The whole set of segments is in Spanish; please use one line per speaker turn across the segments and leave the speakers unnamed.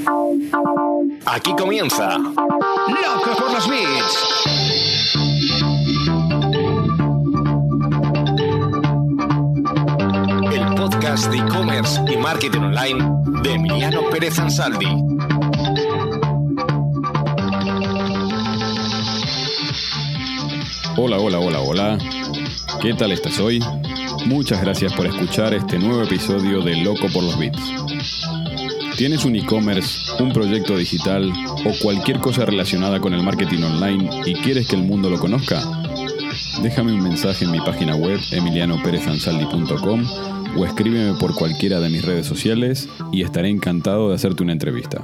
Aquí comienza Loco por los Beats. El podcast de e-commerce y marketing online de Emiliano Pérez Ansaldi.
Hola. ¿Qué tal estás hoy? Muchas gracias por escuchar este nuevo episodio de Loco por los Beats. ¿Tienes un e-commerce, un proyecto digital o cualquier cosa relacionada con el marketing online y quieres que el mundo lo conozca? Déjame un mensaje en mi página web emilianoperezansaldi.com o escríbeme por cualquiera de mis redes sociales y estaré encantado de hacerte una entrevista.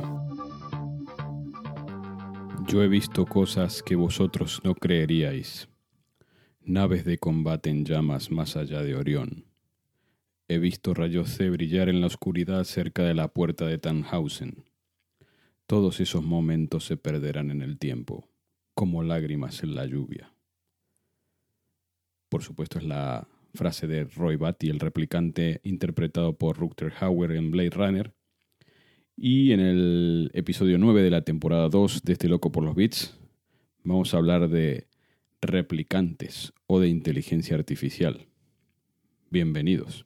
Yo he visto cosas que vosotros no creeríais. Naves de combate en llamas más allá de Orión. He visto rayos C brillar en la oscuridad cerca de la puerta de Tannhausen. Todos esos momentos se perderán en el tiempo, como lágrimas en la lluvia. Por supuesto es la frase de Roy Batty, el replicante interpretado por Rutger Hauer en Blade Runner. Y en el episodio 9 de la temporada 2 de este Loco por los Beats vamos a hablar de replicantes o de inteligencia artificial. Bienvenidos.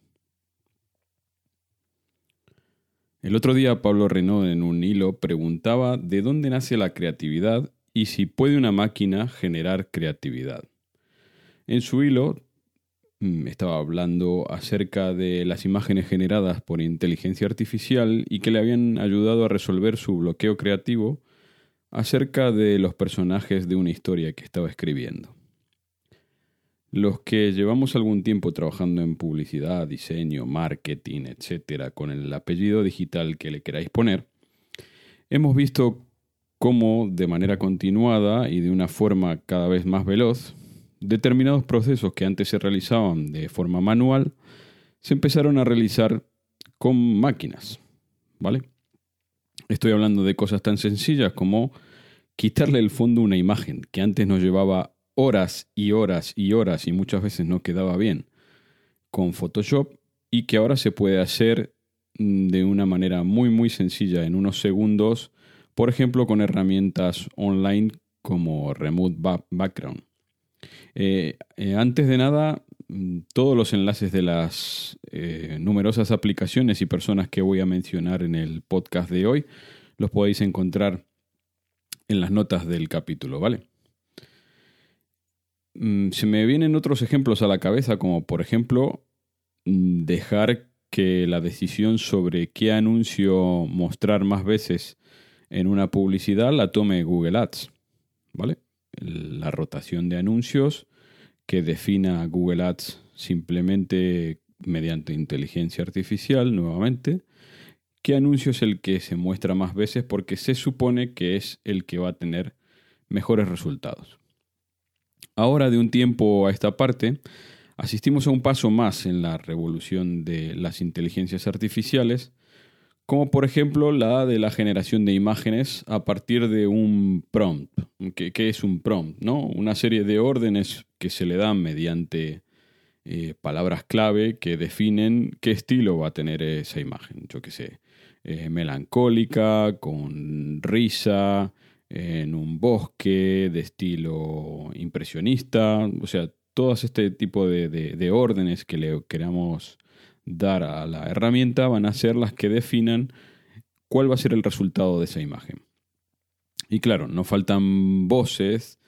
El otro día Pablo Renaud en un hilo preguntaba de dónde nace la creatividad y si puede una máquina generar creatividad. En su hilo estaba hablando acerca de las imágenes generadas por inteligencia artificial y que le habían ayudado a resolver su bloqueo creativo acerca de los personajes de una historia que estaba escribiendo. Los que llevamos algún tiempo trabajando en publicidad, diseño, marketing, etcétera, con el apellido digital que le queráis poner, hemos visto cómo de manera continuada y de una forma cada vez más veloz, determinados procesos que antes se realizaban de forma manual se empezaron a realizar con máquinas, ¿vale? Estoy hablando de cosas tan sencillas como quitarle el fondo a una imagen que antes nos llevaba horas y muchas veces no quedaba bien con Photoshop y que ahora se puede hacer de una manera muy sencilla en unos segundos, por ejemplo con herramientas online como Remote Background. Antes de nada, todos los enlaces de las numerosas aplicaciones y personas que voy a mencionar en el podcast de hoy los podéis encontrar en las notas del capítulo, ¿vale? Se me vienen otros ejemplos a la cabeza, como por ejemplo dejar que la decisión sobre qué anuncio mostrar más veces en una publicidad la tome Google Ads, ¿vale? La rotación de anuncios que defina Google Ads simplemente mediante inteligencia artificial, nuevamente, qué anuncio es el que se muestra más veces porque se supone que es el que va a tener mejores resultados. Ahora, de un tiempo a esta parte, asistimos a un paso más en la revolución de las inteligencias artificiales, como por ejemplo la de la generación de imágenes a partir de un prompt. ¿Qué es un prompt, no? Una serie de órdenes que se le dan mediante palabras clave que definen qué estilo va a tener esa imagen. Yo qué sé, melancólica, con risa, en un bosque, de estilo impresionista. O sea, todas este tipo de órdenes que le queramos dar a la herramienta van a ser las que definan cuál va a ser el resultado de esa imagen. Y claro, no faltan voces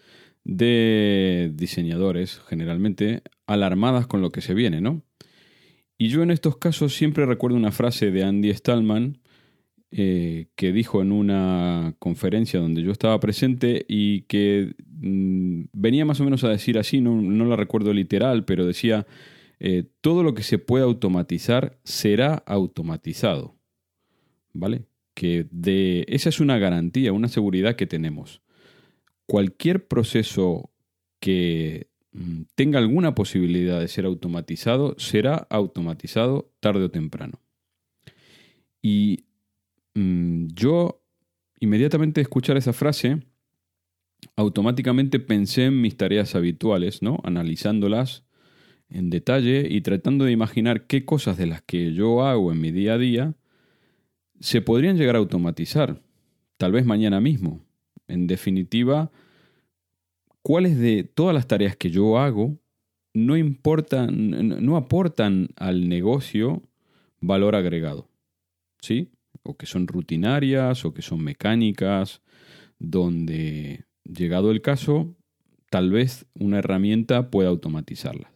de diseñadores, generalmente, alarmadas con lo que se viene, ¿no? Y yo en estos casos siempre recuerdo una frase de Andy Stallman que dijo en una conferencia donde yo estaba presente y que venía más o menos a decir así, no la recuerdo literal, pero decía: todo lo que se pueda automatizar será automatizado, ¿vale? Esa es una garantía, una seguridad que tenemos. Cualquier proceso que tenga alguna posibilidad de ser automatizado será automatizado tarde o temprano. Y yo, inmediatamente escuchar esa frase, automáticamente pensé en mis tareas habituales, ¿no? Analizándolas en detalle y tratando de imaginar qué cosas de las que yo hago en mi día a día se podrían llegar a automatizar, tal vez mañana mismo. En definitiva, ¿cuáles de todas las tareas que yo hago no aportan al negocio valor agregado? ¿Sí? O que son rutinarias o que son mecánicas, donde, llegado el caso, tal vez una herramienta pueda automatizarlas.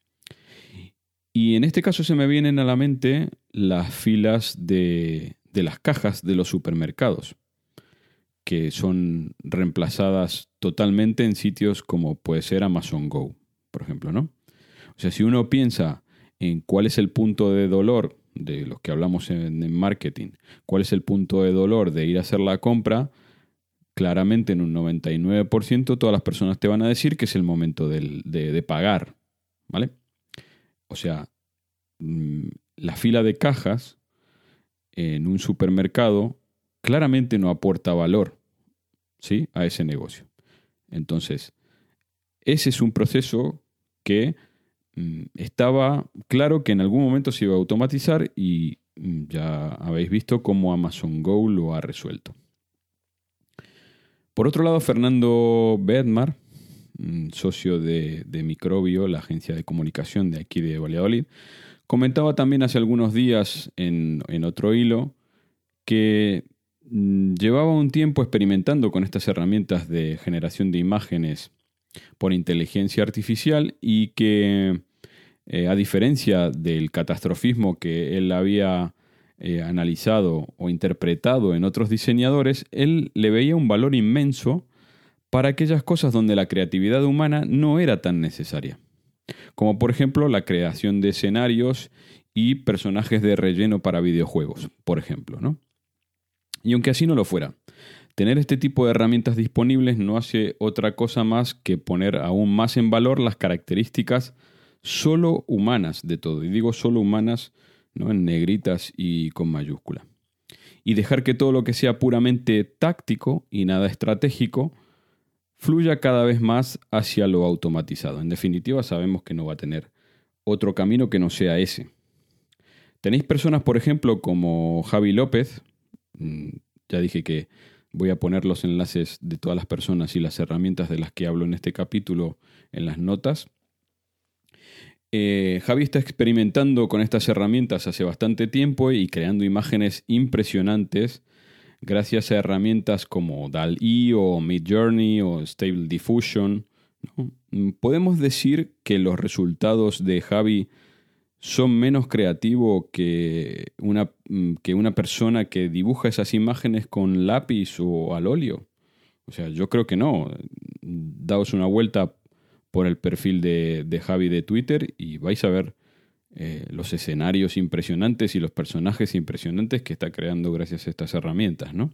Y en este caso se me vienen a la mente las filas de las cajas de los supermercados, que son reemplazadas totalmente en sitios como puede ser Amazon Go, por ejemplo, ¿no? O sea, si uno piensa en cuál es el punto de dolor de los que hablamos en marketing, cuál es el punto de dolor de ir a hacer la compra, claramente en un 99% todas las personas te van a decir que es el momento de pagar, ¿vale? O sea, la fila de cajas en un supermercado claramente no aporta valor, ¿sí?, a ese negocio. Entonces, ese es un proceso que estaba claro que en algún momento se iba a automatizar y ya habéis visto cómo Amazon Go lo ha resuelto. Por otro lado, Fernando Bedmar, socio de Microbio, la agencia de comunicación de aquí de Valladolid, comentaba también hace algunos días en otro hilo que llevaba un tiempo experimentando con estas herramientas de generación de imágenes por inteligencia artificial y que, a diferencia del catastrofismo que él había analizado o interpretado en otros diseñadores, él le veía un valor inmenso para aquellas cosas donde la creatividad humana no era tan necesaria, como por ejemplo la creación de escenarios y personajes de relleno para videojuegos, por ejemplo, ¿no? Y aunque así no lo fuera, tener este tipo de herramientas disponibles no hace otra cosa más que poner aún más en valor las características solo humanas de todo. Y digo solo humanas, ¿no?, en negritas y con mayúscula. Y dejar que todo lo que sea puramente táctico y nada estratégico fluya cada vez más hacia lo automatizado. En definitiva, sabemos que no va a tener otro camino que no sea ese. Tenéis personas, por ejemplo, como Javi López. Ya dije que voy a poner los enlaces de todas las personas y las herramientas de las que hablo en este capítulo en las notas. Javi está experimentando con estas herramientas hace bastante tiempo y creando imágenes impresionantes gracias a herramientas como DALL-E o Midjourney o Stable Diffusion, ¿no? Podemos decir que los resultados de Javi son menos creativos que una persona que dibuja esas imágenes con lápiz o al óleo. O sea, yo creo que no. Daos una vuelta por el perfil de Javi de Twitter y vais a ver los escenarios impresionantes y los personajes impresionantes que está creando gracias a estas herramientas, ¿no?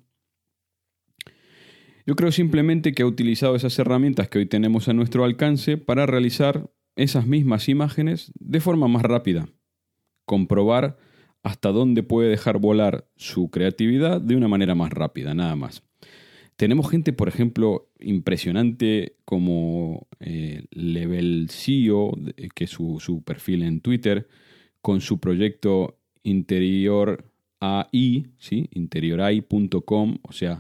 Yo creo simplemente que ha utilizado esas herramientas que hoy tenemos a nuestro alcance para realizar esas mismas imágenes de forma más rápida. Comprobar hasta dónde puede dejar volar su creatividad de una manera más rápida, nada más. Tenemos gente, por ejemplo, impresionante como Level CEO, que es su perfil en Twitter, con su proyecto Interior AI, ¿sí? interiorai.com, o sea,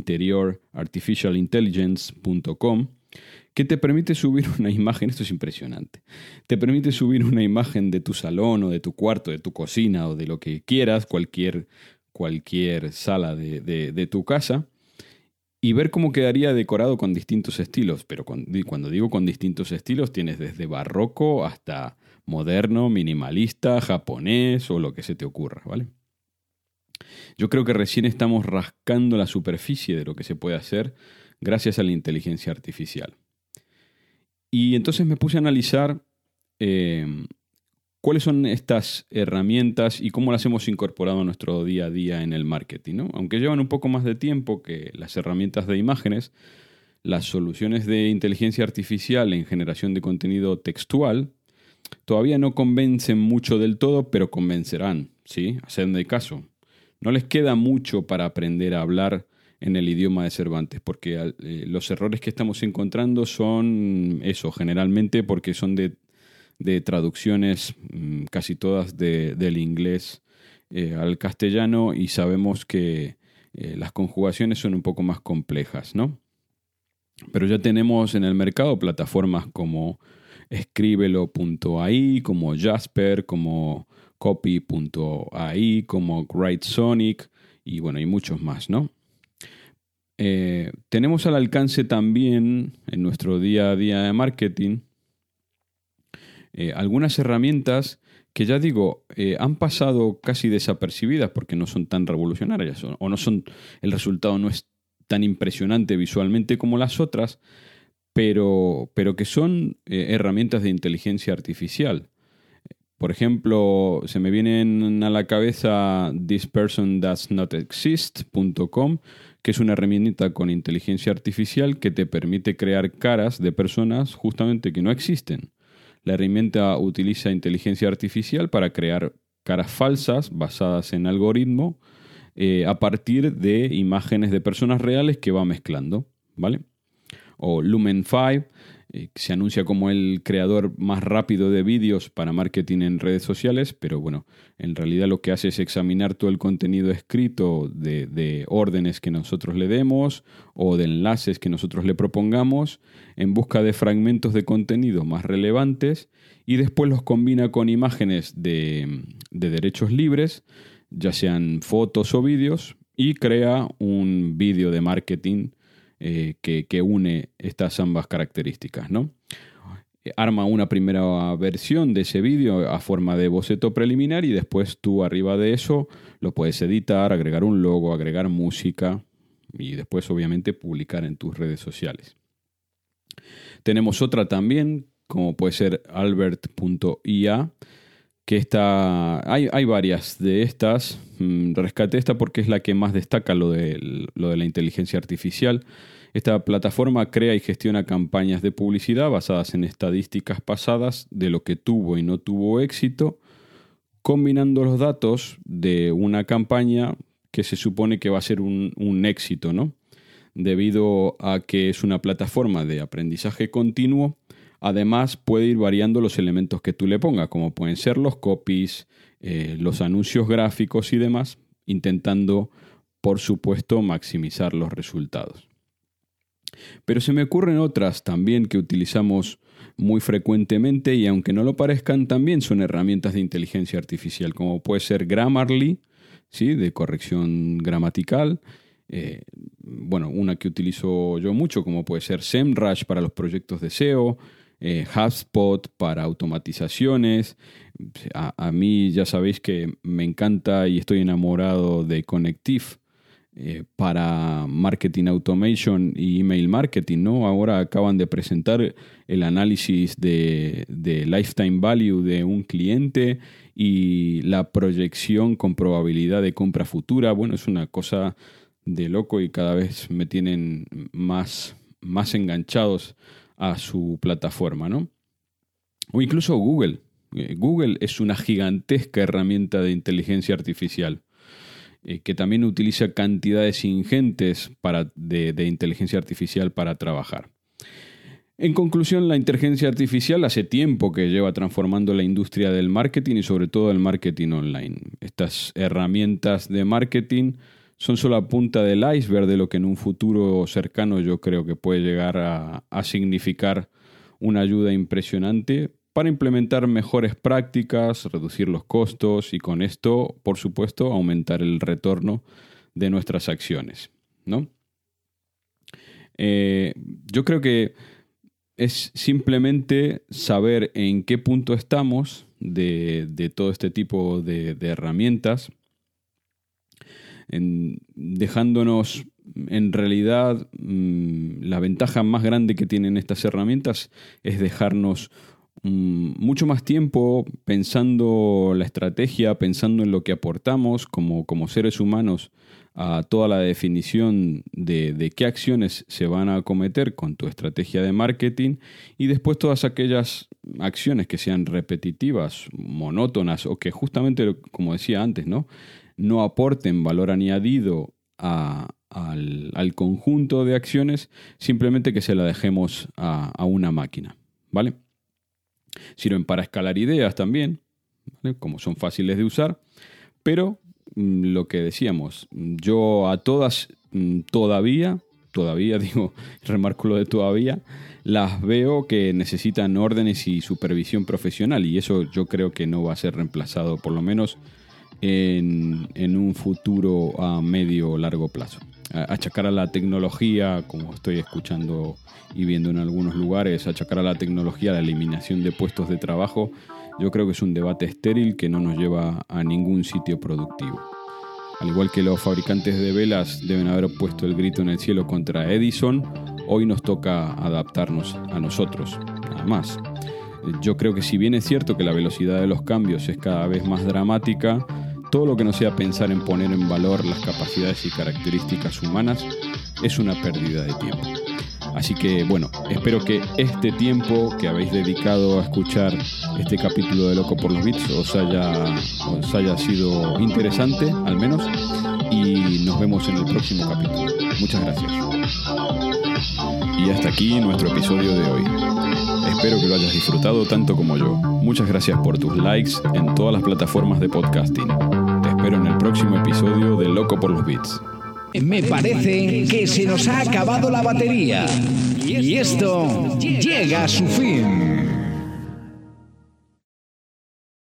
interiorartificialintelligence.com, que te permite subir una imagen, esto es impresionante, te permite subir una imagen de tu salón o de tu cuarto, de tu cocina o de lo que quieras, cualquier sala de tu casa, y ver cómo quedaría decorado con distintos estilos. Pero cuando digo con distintos estilos, tienes desde barroco hasta moderno, minimalista, japonés o lo que se te ocurra, ¿vale? Yo creo que recién estamos rascando la superficie de lo que se puede hacer gracias a la inteligencia artificial. Y entonces me puse a analizar cuáles son estas herramientas y cómo las hemos incorporado a nuestro día a día en el marketing, ¿no? Aunque llevan un poco más de tiempo que las herramientas de imágenes, las soluciones de inteligencia artificial en generación de contenido textual todavía no convencen mucho del todo, pero convencerán, ¿sí? Hacedme caso. No les queda mucho para aprender a hablar en el idioma de Cervantes, porque los errores que estamos encontrando son eso, generalmente porque son de traducciones casi todas del inglés al castellano y sabemos que las conjugaciones son un poco más complejas, ¿no? Pero ya tenemos en el mercado plataformas como Escríbelo.ai, como Jasper, como Copy.ai, como Writesonic y bueno, y muchos más, ¿no? Tenemos al alcance también en nuestro día a día de marketing algunas herramientas que ya digo, han pasado casi desapercibidas porque no son tan revolucionarias o no son, el resultado no es tan impresionante visualmente como las otras, pero que son herramientas de inteligencia artificial. Por ejemplo, se me vienen a la cabeza thispersondoesnotexist.com, que es una herramienta con inteligencia artificial que te permite crear caras de personas justamente que no existen. La herramienta utiliza inteligencia artificial para crear caras falsas basadas en algoritmo a partir de imágenes de personas reales que va mezclando, ¿vale? O Lumen5, que se anuncia como el creador más rápido de vídeos para marketing en redes sociales, pero bueno, en realidad lo que hace es examinar todo el contenido escrito de órdenes que nosotros le demos o de enlaces que nosotros le propongamos en busca de fragmentos de contenido más relevantes y después los combina con imágenes de derechos libres, ya sean fotos o vídeos, y crea un vídeo de marketing que une estas ambas características, ¿no? Arma una primera versión de ese vídeo a forma de boceto preliminar y después tú arriba de eso lo puedes editar, agregar un logo, agregar música y después obviamente publicar en tus redes sociales. Tenemos otra también, como puede ser Albert.ia, que hay varias de estas. Rescaté esta porque es la que más destaca lo de la inteligencia artificial. Esta plataforma crea y gestiona campañas de publicidad basadas en estadísticas pasadas de lo que tuvo y no tuvo éxito, combinando los datos de una campaña que se supone que va a ser un éxito, ¿no? Debido a que es una plataforma de aprendizaje continuo, además puede ir variando los elementos que tú le pongas, como pueden ser los copies, los anuncios gráficos y demás, intentando, por supuesto, maximizar los resultados. Pero se me ocurren otras también que utilizamos muy frecuentemente y aunque no lo parezcan, también son herramientas de inteligencia artificial, como puede ser Grammarly, ¿sí?, de corrección gramatical. Una que utilizo yo mucho, como puede ser SEMrush para los proyectos de SEO, HubSpot para automatizaciones. A mí ya sabéis que me encanta y estoy enamorado de Connective para marketing automation y email marketing, ¿no? Ahora acaban de presentar el análisis de lifetime value de un cliente y la proyección con probabilidad de compra futura. Bueno, es una cosa de loco y cada vez me tienen más enganchados a su plataforma, ¿no? O incluso Google. Google es una gigantesca herramienta de inteligencia artificial que también utiliza cantidades ingentes de inteligencia artificial para trabajar. En conclusión, la inteligencia artificial hace tiempo que lleva transformando la industria del marketing y sobre todo el marketing online. Estas herramientas de marketing son solo la punta del iceberg de lo que en un futuro cercano yo creo que puede llegar a significar una ayuda impresionante para implementar mejores prácticas, reducir los costos y con esto, por supuesto, aumentar el retorno de nuestras acciones, ¿no? Yo creo que es simplemente saber en qué punto estamos de todo este tipo de herramientas, dejándonos en realidad la ventaja más grande que tienen estas herramientas es dejarnos mucho más tiempo pensando la estrategia, pensando en lo que aportamos como seres humanos a toda la definición de qué acciones se van a acometer con tu estrategia de marketing y después todas aquellas acciones que sean repetitivas, monótonas o que justamente, como decía antes, no aporten valor añadido al conjunto de acciones, simplemente que se la dejemos a una máquina, ¿vale? Sirven para escalar ideas también, ¿vale?, como son fáciles de usar, pero lo que decíamos. Yo a todas todavía digo, remarco lo de todavía, las veo que necesitan órdenes y supervisión profesional, y eso yo creo que no va a ser reemplazado, por lo menos en un futuro a medio o largo plazo. Achacar a la tecnología, como estoy escuchando y viendo en algunos lugares, achacar a la tecnología la eliminación de puestos de trabajo, yo creo que es un debate estéril que no nos lleva a ningún sitio productivo. Al igual que los fabricantes de velas deben haber puesto el grito en el cielo contra Edison, hoy nos toca adaptarnos a nosotros, nada más. Yo creo que si bien es cierto que la velocidad de los cambios es cada vez más dramática, todo lo que no sea pensar en poner en valor las capacidades y características humanas es una pérdida de tiempo. Así que bueno, espero que este tiempo que habéis dedicado a escuchar este capítulo de Loco por los Bits os haya sido interesante, al menos, y nos vemos en el próximo capítulo. Muchas gracias. Y hasta aquí nuestro episodio de hoy. Espero que lo hayas disfrutado tanto como yo. Muchas gracias por tus likes en todas las plataformas de podcasting. Te espero en el próximo episodio de Loco por los Bits.
Me parece que se nos ha acabado la batería y esto llega a su fin.